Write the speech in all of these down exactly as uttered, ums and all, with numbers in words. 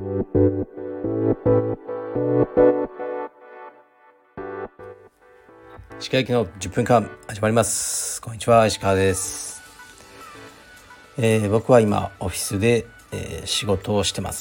石川行きのじゅっぷんかん始まります。こんにちは、石川です。えー、僕は今オフィスで、えー、仕事をしてます。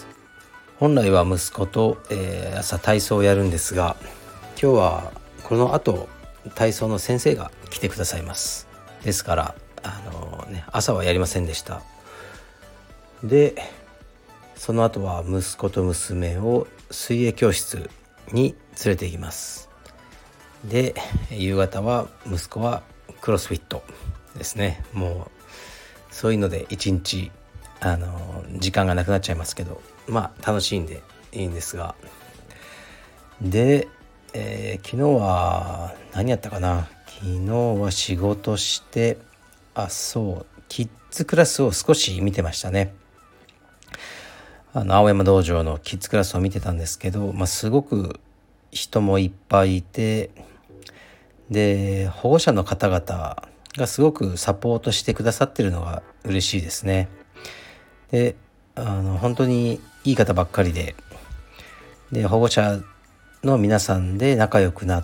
本来は息子と、えー、朝体操をやるんですが、今日はこの後体操の先生が来てくださいます。ですからあのーね、朝はやりませんでした。でその後は息子と娘を水泳教室に連れて行きます。で夕方は息子はクロスフィットですね。もうそういうので一日あの時間がなくなっちゃいますけど、まあ楽しいんでいいんですが、で、えー、昨日は何やったかな。昨日は仕事して、あそうキッズクラスを少し見てましたね。あの青山道場のキッズクラスを見てたんですけど、まあ、すごく人もいっぱいいて、で保護者の方々がすごくサポートしてくださってるのが嬉しいですね。であの本当にいい方ばっかりで、で保護者の皆さんで仲良くなって、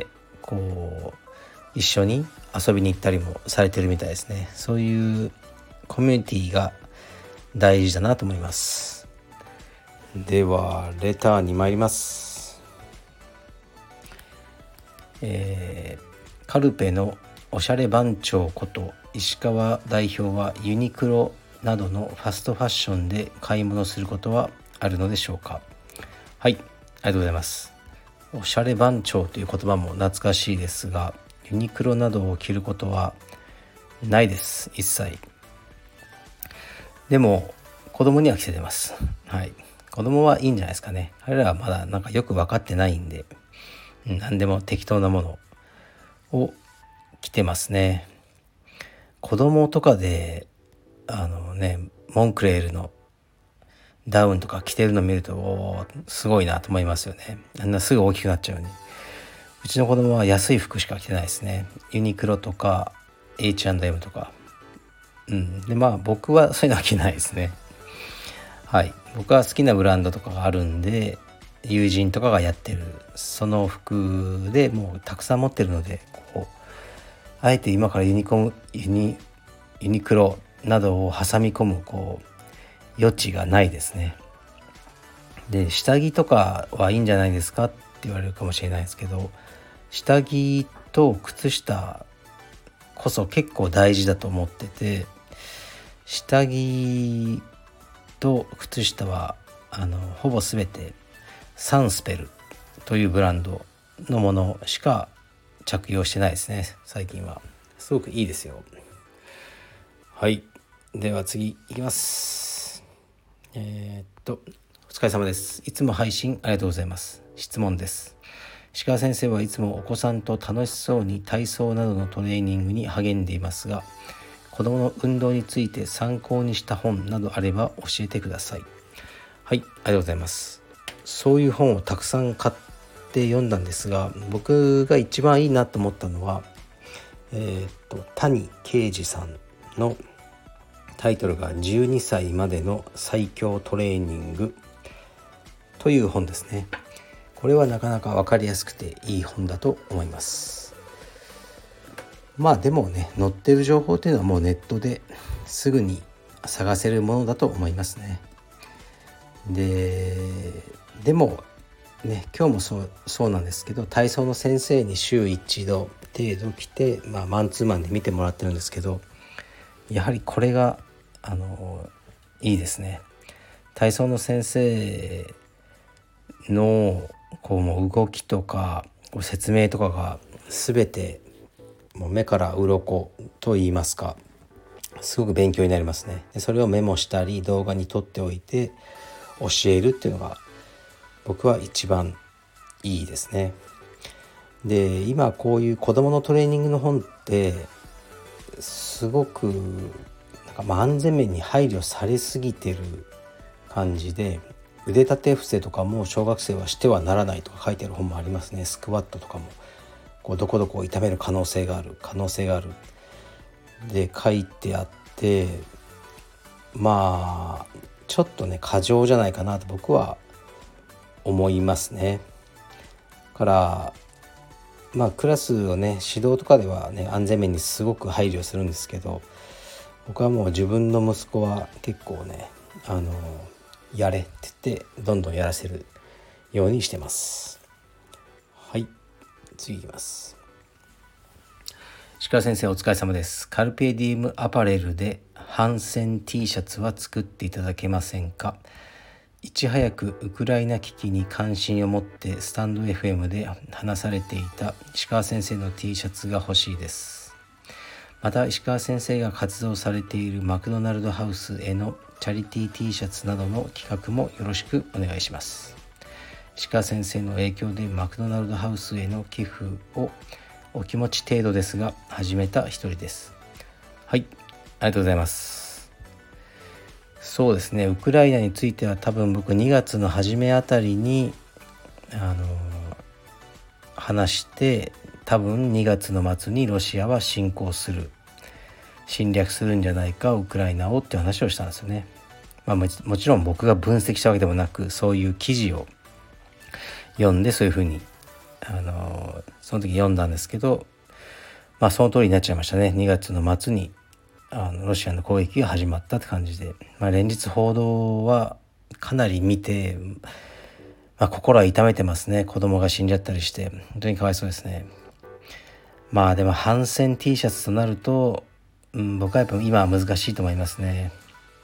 こう一緒に遊びに行ったりもされてるみたいですね。そういうコミュニティが大事だなと思います。ではレターに参ります。えー、カルペのおしゃれ番長こと石川代表はユニクロなどのファストファッションで買い物することはあるのでしょうか。はい、ありがとうございます。おしゃれ番長という言葉も懐かしいですが、ユニクロなどを着ることはないです、一切。でも子供には着せてます。はい、子供はいいんじゃないですかね。彼らはまだなんかよく分かってないんで、何でも適当なものを着てますね。子供とかであのねモンクレールのダウンとか着てるの見ると、おすごいなと思いますよね。あんなすぐ大きくなっちゃうね。うちの子供は安い服しか着てないですね。ユニクロとか エイチアンドエム とか、うんでまあ僕はそういうのは着ないですね。はい、僕は好きなブランドとかがあるんで、友人とかがやってるその服でもうたくさん持ってるので、こうあえて今からユニコムユニユニクロなどを挟み込むこう余地がないですね。で下着とかはいいんじゃないですかって言われるかもしれないですけど、下着と靴下こそ結構大事だと思ってて、下着と靴下はあのほぼ全てサンスペルというブランドのものしか着用してないですね。最近はすごくいいですよ。はい、では次いきます。えー、っとお疲れ様です。いつも配信ありがとうございます。質問です。石川先生はいつもお子さんと楽しそうに体操などのトレーニングに励んでいますが、子どもの運動について参考にした本などあれば教えてください。はい、ありがとうございます。そういう本をたくさん買って読んだんですが、僕が一番いいなと思ったのは、えー、っと谷啓二さんのタイトルがじゅうにさいまでの最強トレーニングという本ですね。これはなかなか分かりやすくていい本だと思います。まあでもね、載ってる情報というのはもうネットですぐに探せるものだと思いますね。ででもね、今日もそうそうなんですけど、体操の先生に週一度程度来て、まあ、マンツーマンで見てもらってるんですけど、やはりこれがあのいいですね。体操の先生のこうもう動きとか説明とかが全てもう目から鱗と言いますか、すごく勉強になりますね。でそれをメモしたり動画に撮っておいて教えるっていうのが僕は一番いいですね。で今こういう子どものトレーニングの本ってすごくなんかまあ安全面に配慮されすぎてる感じで、腕立て伏せとかも小学生はしてはならないとか書いてある本もありますね。スクワットとかもこうどこどこを痛める可能性がある可能性があるで書いてあって、まあちょっとね過剰じゃないかなと僕は思いますね。だからまあクラスをね指導とかではね安全面にすごく配慮するんですけど、僕はもう自分の息子は結構ねあのやれって言ってどんどんやらせるようにしてます。はい、次いきます。石川先生お疲れ様です。カルペディウムアパレルで反戦 T シャツは作っていただけませんか。いち早くウクライナ危機に関心を持ってスタンド エフエム で話されていた石川先生の T シャツが欲しいです。また石川先生が活動されているマクドナルドハウスへのチャリティー T シャツなどの企画もよろしくお願いします。石川先生の影響でマクドナルドハウスへの寄付をお気持ち程度ですが始めた一人です。はい、ありがとうございます。そうですね、ウクライナについては多分僕にがつの初めあたりにあの話して、多分にがつの末にロシアは侵攻する侵略するんじゃないかウクライナをって話をしたんですよね。まあ、もちろん僕が分析したわけでもなく、そういう記事を読んでそういうふうにあのその時読んだんですけど、まあその通りになっちゃいましたね。にがつの末にあのロシアの攻撃が始まったって感じで、まあ、連日報道はかなり見て、まあ、心は痛めてますね。子供が死んじゃったりして本当にかわいそうですね。まあでも反戦 T シャツとなると、うん、僕はやっぱ今は難しいと思いますね。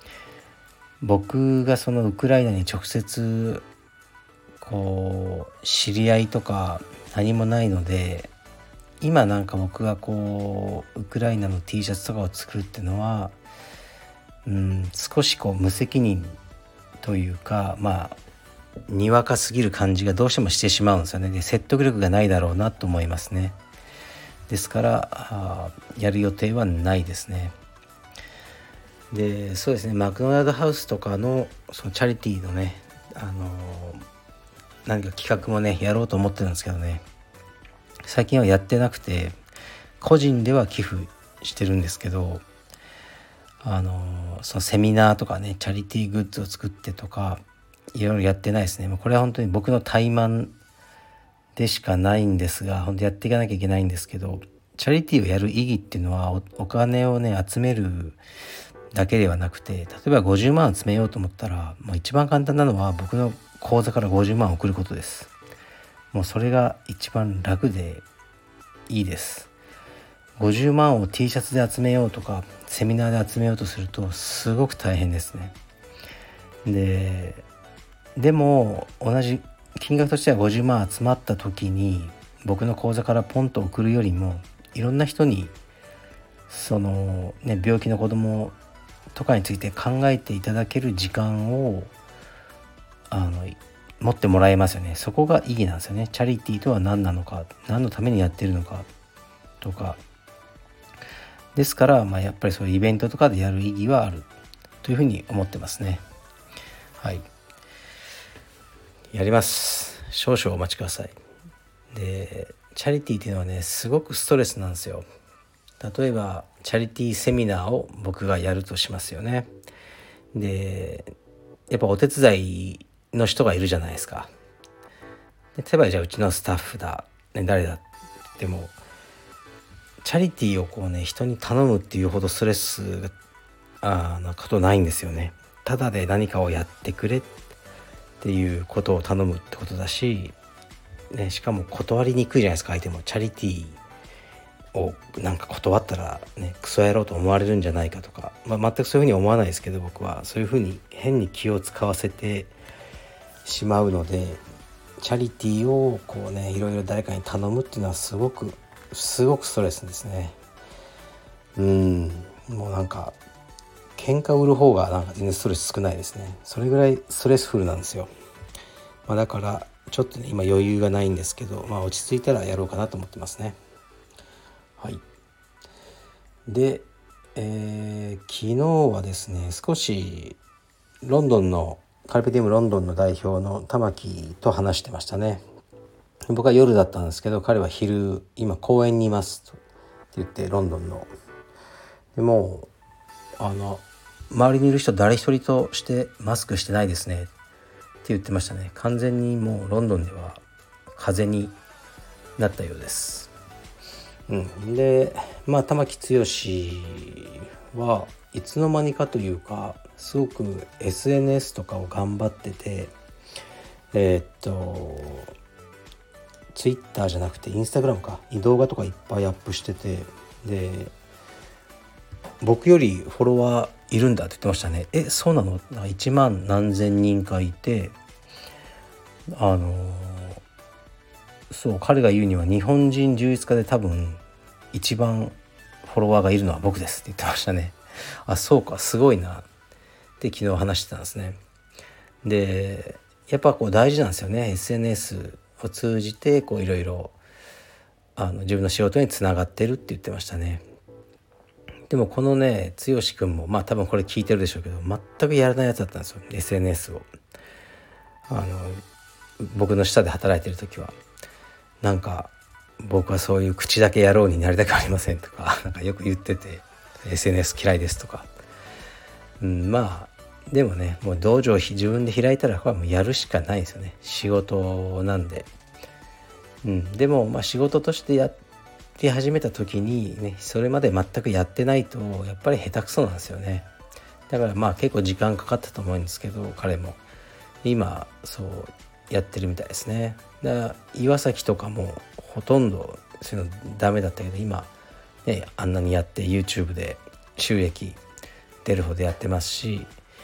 僕がそのウクライナに直接こう知り合いとか何もないので、今なんか僕がこうウクライナの T シャツとかを作るっていうのは、うん、少しこう無責任というか、まあにわかすぎる感じがどうしてもしてしまうんですよね。で説得力がないだろうなと思いますね。ですからやる予定はないですね。でそうですね、マクドナルドハウスとかのそのチャリティーのね、あの何か企画もねやろうと思ってるんですけどね、最近はやってなくて個人では寄付してるんですけど、あのそのセミナーとかねチャリティーグッズを作ってとかいろいろやってないですね。これは本当に僕の怠慢でしかないんですが、本当やっていかなきゃいけないんですけど、チャリティーをやる意義っていうのは お, お金をね集めるだけではなくて、例えばごじゅうまん集めようと思ったらもう一番簡単なのは僕の口座からごじゅうまん送ることです。もうそれが一番楽でいいです。ごじゅうまんを T シャツで集めようとかセミナーで集めようとするとすごく大変ですね。ででも同じ金額としてはごじゅうまん集まった時に僕の口座からポンと送るよりも、いろんな人にそのね病気の子供とかについて考えていただける時間をあの持ってもらえますよね。そこが意義なんですよね。チャリティーとは何なのか、何のためにやってるのかとかですから、まあ、やっぱりそういうイベントとかでやる意義はあるというふうに思ってますね。はい、やります。少々お待ちください。でチャリティーっていうのはねすごくストレスなんですよ。例えばチャリティーセミナーを僕がやるとしますよね。でやっぱお手伝いの人がいるじゃないですか。で例えばじゃあうちのスタッフだ、ね、誰だでもチャリティーをこうね人に頼むっていうほどストレスがあなことないんですよね。ただで何かをやってくれっていうことを頼むってことだし、ね、しかも断りにくいじゃないですか。相手もチャリティーをなんか断ったらねクソ野郎と思われるんじゃないかとか、まあ、全くそういうふうに思わないですけど、僕はそういうふうに変に気を使わせてしまうので、チャリティーをこうねいろいろ誰かに頼むっていうのはすごくすごくストレスですね。うんもうなんか喧嘩売る方がなんか全然ストレス少ないですね。それぐらいストレスフルなんですよ。まあ、だからちょっとね今余裕がないんですけど、まあ、落ち着いたらやろうかなと思ってますね。はい。で、えー、昨日はですね少しロンドンのカルペディウムロンドンの代表の玉木と話してましたね。僕は夜だったんですけど、彼は昼今公園にいますと言ってロンドンのでもうあの周りにいる人誰一人としてマスクしてないですねって言ってましたね。完全にもうロンドンでは風邪になったようです。うん、でまあ玉木剛はいつの間にかというかすごく エスエヌエス とかを頑張ってて、えー、っとツイッターじゃなくてインスタグラムかに動画とかいっぱいアップしてて、で僕よりフォロワーいるんだって言ってましたね。えそうなの？いちまん何千人かいて、あのそう彼が言うには日本人充実家で多分一番フォロワーがいるのは僕ですって言ってましたね。あそうかすごいなって昨日話してたんですね。でやっぱこう大事なんですよね。 エスエヌエス を通じてこういろいろあの自分の仕事につながってるって言ってましたね。でもこのね剛くんもまあ多分これ聞いてるでしょうけど全くやらないやつだったんですよ エスエヌエス を。あの僕の下で働いてる時はなんか僕はそういう口だけ野郎になりたくありませんとかなんかよく言ってて エスエヌエス 嫌いですとか、うん、まあでもねもう道場を自分で開いたらこれはもうやるしかないですよね。仕事なんで、うん、でもまあ仕事としてやって始めた時にねそれまで全くやってないとやっぱり下手くそなんですよね。だからまあ結構時間かかったと思うんですけど彼も今そうやってるみたいですね。だから岩崎とかもほとんどそういうのダメだったけど今、ね、あんなにやって YouTube で収益出るほどやってますし、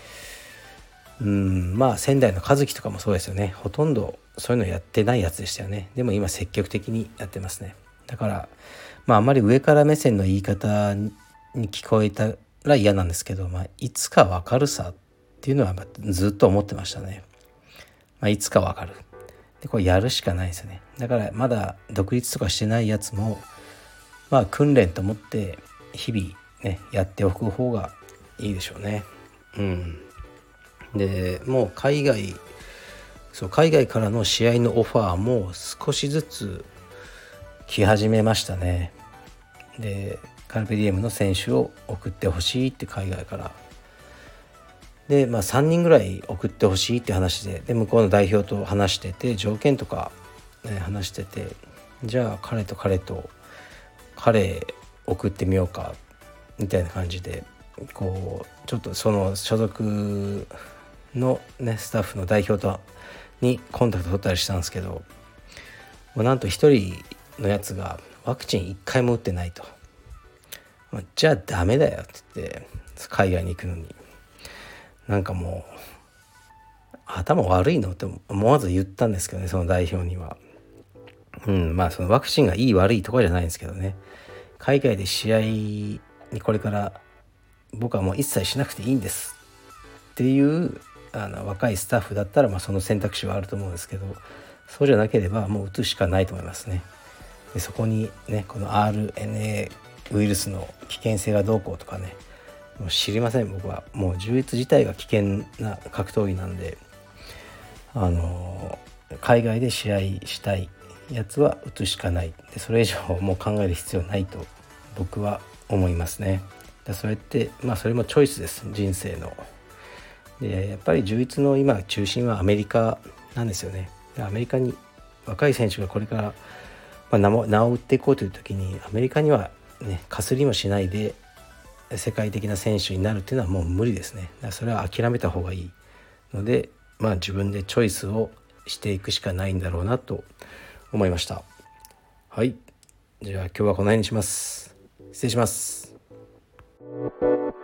うんまあ仙台の和樹とかもそうですよね。ほとんどそういうのやってないやつでしたよね。でも今積極的にやってますね。だからまああまり上から目線の言い方に聞こえたら嫌なんですけど、まあ、いつか分かるさっていうのはずっと思ってましたね。まあ、いつか分かるでこれやるしかないですよね。だからまだ独立とかしてないやつもまあ訓練と思って日々ねやっておく方がいいでしょうね。うんでもう海外そう海外からの試合のオファーも少しずつ来始めましたね。でカルペディエムの選手を送ってほしいって海外からで、まあ、さんにんぐらい送ってほしいって話で、で向こうの代表と話してて条件とか、ね、話してて、じゃあ彼と彼と彼送ってみようかみたいな感じでこうちょっとその所属の、ね、スタッフの代表とにコンタクト取ったりしたんですけど、もうなんと一人のやつがワクチンいっかいも打ってないと。じゃあダメだよって言って海外に行くのになんかもう頭悪いのって思わず言ったんですけどね、その代表には。うんまあそのワクチンがいい悪いとかじゃないんですけどね、海外で試合にこれから僕はもう一切しなくていいんですっていうあの若いスタッフだったらまあその選択肢はあると思うんですけど、そうじゃなければもう打つしかないと思いますね。でそこにねこの アールエヌエー ウイルスの危険性がどうこうとかねもう知りません。僕はもう充実自体が危険な格闘技なんで、あの海外で試合したいやつは打つしかないで、それ以上もう考える必要ないと僕は思いますね。だそれってまあそれもチョイスです、人生の。でやっぱり充実の今中心はアメリカなんですよね。でアメリカに若い選手がこれから、まあ、名を名を打っていこうという時にアメリカにはねかすりもしないで世界的な選手になるっていうのはもう無理ですね。だからそれは諦めた方がいいので、まあ自分でチョイスをしていくしかないんだろうなと思いました。はい、じゃあ今日はこの辺にします。失礼します。